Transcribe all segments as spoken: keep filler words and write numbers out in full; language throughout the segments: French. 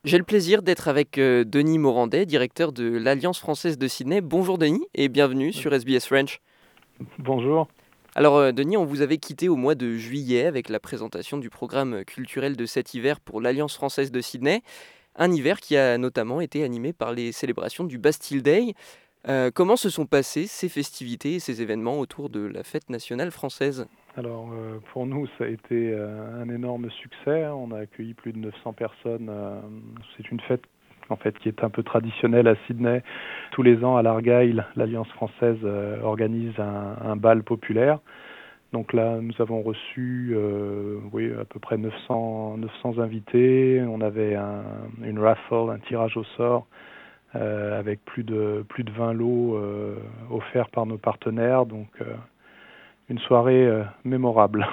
J'ai le plaisir d'être avec euh, Denis Morandet, directeur de l'Alliance française de Sydney. Bonjour Denis et bienvenue sur S B S French. Bonjour. Alors euh, Denis, on vous avait quitté au mois de juillet avec la présentation du programme culturel de cet hiver pour l'Alliance française de Sydney. Un hiver qui a notamment été animé par les célébrations du Bastille Day. Euh, comment se sont passées ces festivités et ces événements autour de la fête nationale française ? Alors euh, pour nous, ça a été euh, un énorme succès. On a accueilli plus de neuf cents personnes. Euh, c'est une fête en fait qui est un peu traditionnelle à Sydney. Tous les ans à l'Argyle, l'Alliance française euh, organise un, un bal populaire. Donc là, nous avons reçu euh, oui, à peu près neuf cents, neuf cents invités. On avait un, une raffle, un tirage au sort euh, avec plus de, plus de vingt lots euh, offerts par nos partenaires. Donc euh, une soirée euh, mémorable.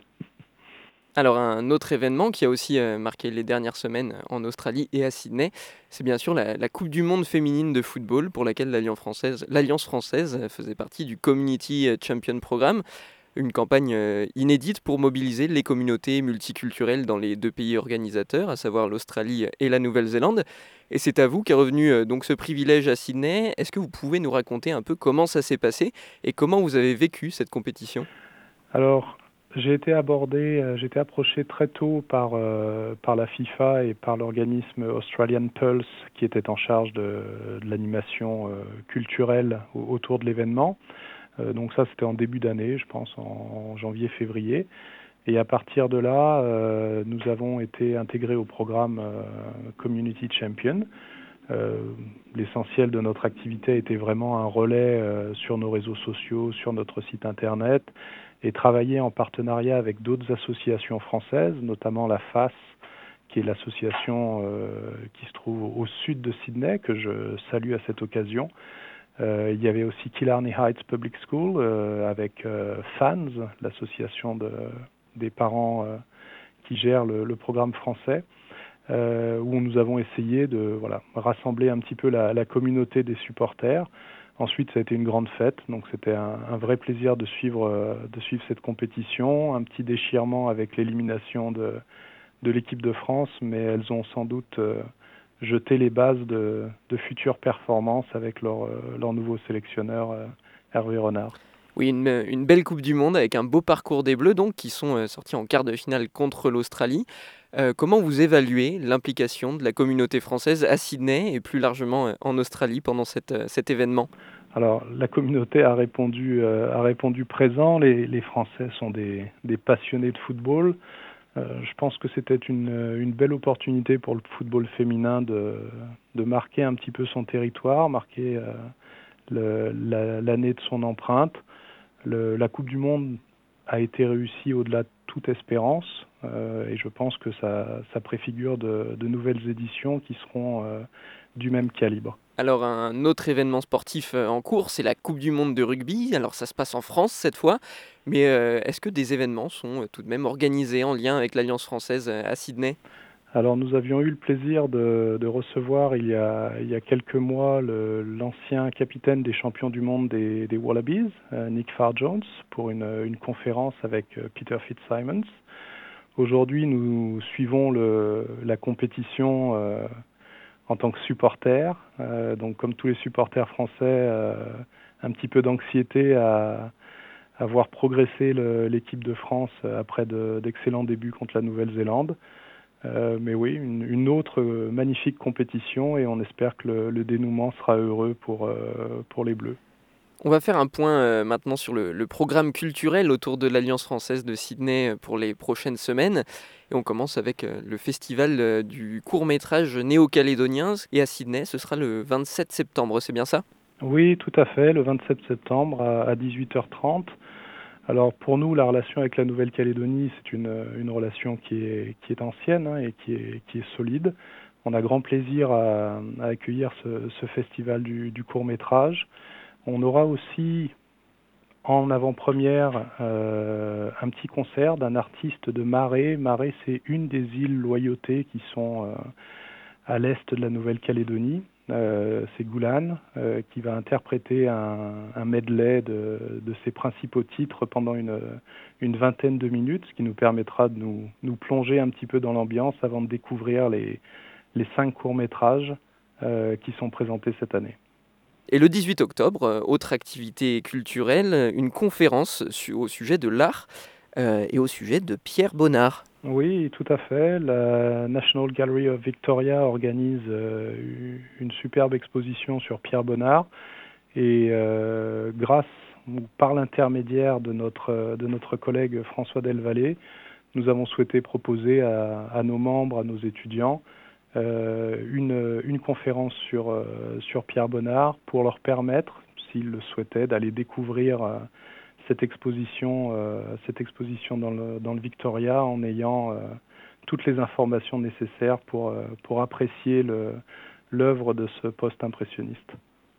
Alors un autre événement qui a aussi euh, marqué les dernières semaines en Australie et à Sydney, c'est bien sûr la, la Coupe du Monde féminine de football pour laquelle l'Alliance française, l'Alliance française faisait partie du Community Champion Programme, une campagne euh, inédite pour mobiliser les communautés multiculturelles dans les deux pays organisateurs, à savoir l'Australie et la Nouvelle-Zélande. Et c'est à vous qu'est revenu euh, donc ce privilège à Sydney. Est-ce que vous pouvez nous raconter un peu comment ça s'est passé et comment vous avez vécu cette compétition ? Alors, j'ai été abordé, euh, j'ai été approché très tôt par, euh, par la FIFA et par l'organisme Australian Pulse qui était en charge de, de l'animation euh, culturelle au- autour de l'événement. Euh, donc ça, c'était en début d'année, je pense en janvier-février. Et à partir de là, euh, nous avons été intégrés au programme euh, Community Champion. Euh, L'essentiel de notre activité était vraiment un relais euh, sur nos réseaux sociaux, sur notre site internet, et travailler en partenariat avec d'autres associations françaises, notamment la F A S, qui est l'association euh, qui se trouve au sud de Sydney, que je salue à cette occasion. Euh, il y avait aussi Killarney Heights Public School euh, avec euh, FANS, l'association de, des parents euh, qui gèrent le, le programme français. Euh, où nous avons essayé de voilà, rassembler un petit peu la, la communauté des supporters. Ensuite, ça a été une grande fête, donc c'était un, un vrai plaisir de suivre, euh, de suivre cette compétition. Un petit déchirement avec l'élimination de, de l'équipe de France, mais elles ont sans doute euh, jeté les bases de, de futures performances avec leur, euh, leur nouveau sélectionneur, euh, Hervé Renard. Oui, une, une belle Coupe du Monde avec un beau parcours des Bleus, donc, qui sont euh, sortis en quart de finale contre l'Australie. Euh, comment vous évaluez l'implication de la communauté française à Sydney et plus largement euh, en Australie pendant cette, euh, cet événement ? Alors, la communauté a répondu, euh, a répondu présent. Les, les Français sont des, des passionnés de football. Euh, je pense que c'était une, une belle opportunité pour le football féminin de, de marquer un petit peu son territoire, marquer euh, le, la, l'année de son empreinte. Le, la Coupe du Monde a été réussie au-delà de toute espérance euh, et je pense que ça, ça préfigure de, de nouvelles éditions qui seront euh, du même calibre. Alors un autre événement sportif euh, en cours, c'est la Coupe du Monde de rugby. Alors ça se passe en France cette fois, mais euh, est-ce que des événements sont euh, tout de même organisés en lien avec l'Alliance française euh, à Sydney ? Alors nous avions eu le plaisir de, de recevoir il y, a, il y a quelques mois le, l'ancien capitaine des champions du monde des, des Wallabies, euh, Nick Farr-Jones, pour une, une conférence avec euh, Peter Fitzsimons. Aujourd'hui, nous suivons le, la compétition euh, en tant que supporters. Euh, donc comme tous les supporters français, euh, un petit peu d'anxiété à, à voir progresser le, l'équipe de France après de, d'excellents débuts contre la Nouvelle-Zélande. Euh, mais oui, une, une autre euh, magnifique compétition et on espère que le, le dénouement sera heureux pour, euh, pour les Bleus. On va faire un point euh, maintenant sur le, le programme culturel autour de l'Alliance française de Sydney euh, pour les prochaines semaines. Et on commence avec euh, le festival euh, du court-métrage néo-calédonien. Et à Sydney, ce sera le vingt-sept septembre, c'est bien ça ? Oui, tout à fait, le vingt-sept septembre à, à dix-huit heures trente. Alors pour nous, la relation avec la Nouvelle-Calédonie, c'est une, une relation qui est, qui est ancienne hein, et qui est, qui est solide. On a grand plaisir à, à accueillir ce, ce festival du, du court-métrage. On aura aussi en avant-première euh, un petit concert d'un artiste de Marais. Marais, c'est une des îles Loyauté qui sont euh, à l'est de la Nouvelle-Calédonie. Euh, c'est Goulan euh, qui va interpréter un, un medley de, de ses principaux titres pendant une, une vingtaine de minutes, ce qui nous permettra de nous, nous plonger un petit peu dans l'ambiance avant de découvrir les, les cinq courts-métrages euh, qui sont présentés cette année. Et le dix-huit octobre, euh, autre activité culturelle, euh, une conférence su- au sujet de l'art euh, et au sujet de Pierre Bonnard. Oui, tout à fait. La National Gallery of Victoria organise euh, une superbe exposition sur Pierre Bonnard et euh, grâce ou par l'intermédiaire de notre, de notre collègue François Delvallée, nous avons souhaité proposer à, à nos membres, à nos étudiants, euh, une, une conférence sur, euh, sur Pierre Bonnard pour leur permettre, s'ils le souhaitaient, d'aller découvrir euh, cette exposition, euh, cette exposition dans le, dans le Victoria en ayant euh, toutes les informations nécessaires pour, euh, pour apprécier le, l'œuvre de ce post-impressionniste.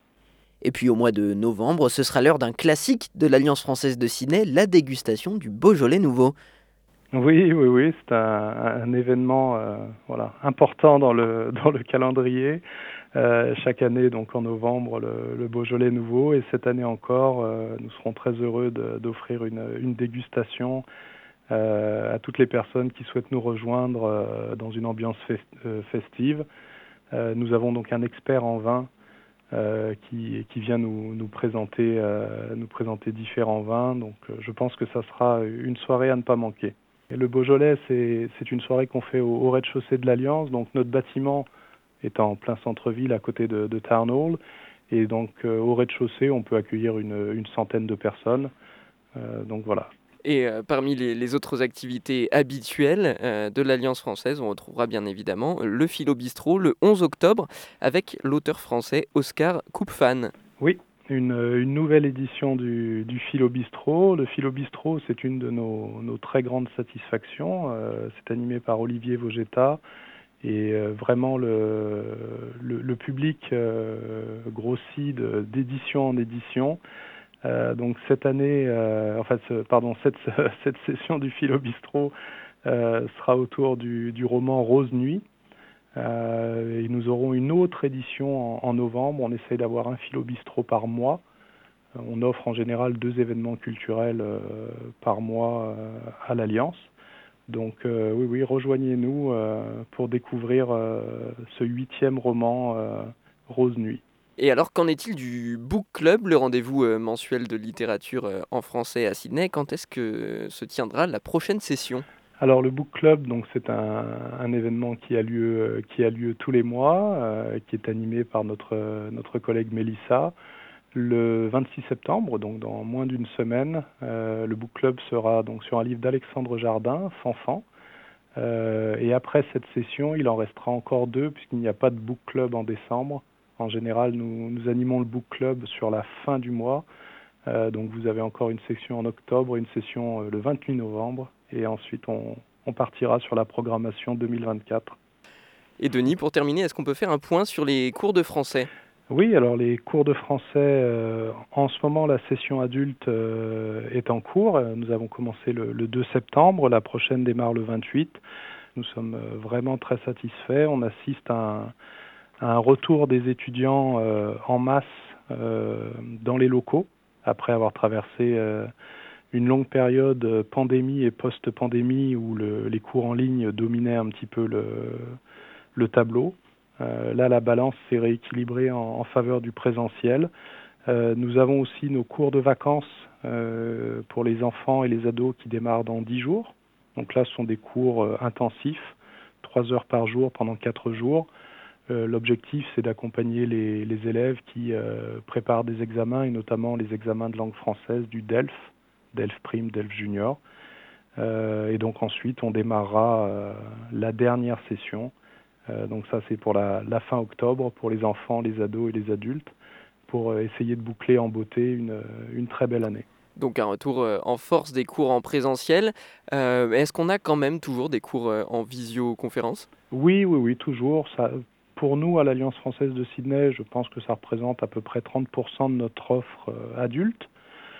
Et puis au mois de novembre, ce sera l'heure d'un classique de l'Alliance française de Sydney, la dégustation du Beaujolais nouveau. Oui, oui, oui, c'est un, un événement euh, voilà, important dans le, dans le calendrier. Euh, chaque année, donc en novembre, le, le Beaujolais nouveau. Et cette année encore, euh, nous serons très heureux de, d'offrir une, une dégustation euh, à toutes les personnes qui souhaitent nous rejoindre euh, dans une ambiance fest, euh, festive. Euh, nous avons donc un expert en vin euh, qui, qui vient nous, nous, présenter, euh, nous présenter différents vins. Donc euh, je pense que ça sera une soirée à ne pas manquer. Et le Beaujolais, c'est, c'est une soirée qu'on fait au, au rez-de-chaussée de l'Alliance. Donc notre bâtiment est en plein centre-ville à côté de, de Town Hall. Et donc euh, au rez-de-chaussée, on peut accueillir une, une centaine de personnes. Euh, donc voilà. Et euh, parmi les, les autres activités habituelles euh, de l'Alliance française, on retrouvera bien évidemment le Philo Bistrot le onze octobre avec l'auteur français Oscar Koupfan. Oui, une, une nouvelle édition du, du Philo Bistrot. Le Philo Bistrot, c'est une de nos, nos très grandes satisfactions. Euh, c'est animé par Olivier Vogetta. Et euh, vraiment, le, le, le public euh, grossit de, d'édition en édition. Euh, donc cette année, euh, en fait, ce, pardon, cette, cette session du Philo Bistrot euh, sera autour du, du roman Rose Nuit. Euh, et nous aurons une autre édition en, en novembre. On essaye d'avoir un Philo Bistrot par mois. Euh, on offre en général deux événements culturels euh, par mois euh, à l'Alliance. Donc euh, oui, oui, rejoignez-nous euh, pour découvrir euh, ce huitième roman, euh, Rose Nuit. Et alors, qu'en est-il du Book Club, le rendez-vous euh, mensuel de littérature euh, en français à Sydney? Quand est-ce que se tiendra la prochaine session? Alors le Book Club, donc c'est un, un événement qui a lieu, euh, qui a lieu tous les mois, euh, qui est animé par notre, euh, notre collègue Mélissa. Le vingt-six septembre, donc dans moins d'une semaine, euh, le Book Club sera donc sur un livre d'Alexandre Jardin, Fanfan. Euh, et après cette session, il en restera encore deux, puisqu'il n'y a pas de Book Club en décembre. En général, nous, nous animons le Book Club sur la fin du mois. Euh, donc vous avez encore une session en octobre, une session euh, le vingt-huit novembre. Et ensuite, on, on partira sur la programmation deux mille vingt-quatre. Et Denis, pour terminer, est-ce qu'on peut faire un point sur les cours de français? Oui, alors les cours de français, euh, en ce moment, la session adulte euh, est en cours. Nous avons commencé le, le deux septembre, la prochaine démarre le vingt-huit. Nous sommes euh, vraiment très satisfaits. On assiste à un, à un retour des étudiants euh, en masse euh, dans les locaux, après avoir traversé euh, une longue période euh, pandémie et post-pandémie où le, les cours en ligne dominaient un petit peu le, le tableau. Euh, là, la balance s'est rééquilibrée en, en faveur du présentiel. Euh, nous avons aussi nos cours de vacances euh, pour les enfants et les ados qui démarrent dans dix jours. Donc là, ce sont des cours euh, intensifs, trois heures par jour pendant quatre jours. Euh, l'objectif, c'est d'accompagner les, les élèves qui euh, préparent des examens, et notamment les examens de langue française du DELF, DELF Prime, DELF Junior. Euh, et donc ensuite, on démarrera euh, la dernière session. Euh, donc ça, c'est pour la, la fin octobre, pour les enfants, les ados et les adultes, pour euh, essayer de boucler en beauté une, une très belle année. Donc un retour euh, en force des cours en présentiel. Euh, est-ce qu'on a quand même toujours des cours euh, en visioconférence? Oui, oui, oui, toujours. Ça, pour nous, à l'Alliance française de Sydney, je pense que ça représente à peu près trente pour cent de notre offre euh, adulte.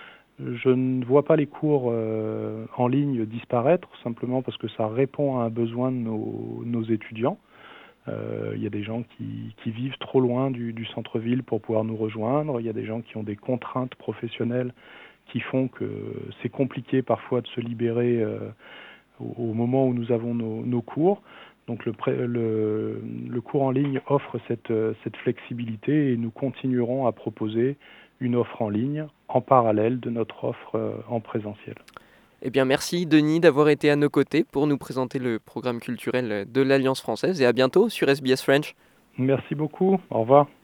Je ne vois pas les cours euh, en ligne disparaître, simplement parce que ça répond à un besoin de nos, nos étudiants. Euh, il y a des gens qui, qui vivent trop loin du, du centre-ville pour pouvoir nous rejoindre. Il y a des gens qui ont des contraintes professionnelles qui font que c'est compliqué parfois de se libérer euh, au, au moment où nous avons nos, nos cours. Donc le, pré- le, le cours en ligne offre cette, euh, cette flexibilité et nous continuerons à proposer une offre en ligne en parallèle de notre offre euh, en présentiel. Eh bien, merci Denis d'avoir été à nos côtés pour nous présenter le programme culturel de l'Alliance française et à bientôt sur S B S French. Merci beaucoup, au revoir.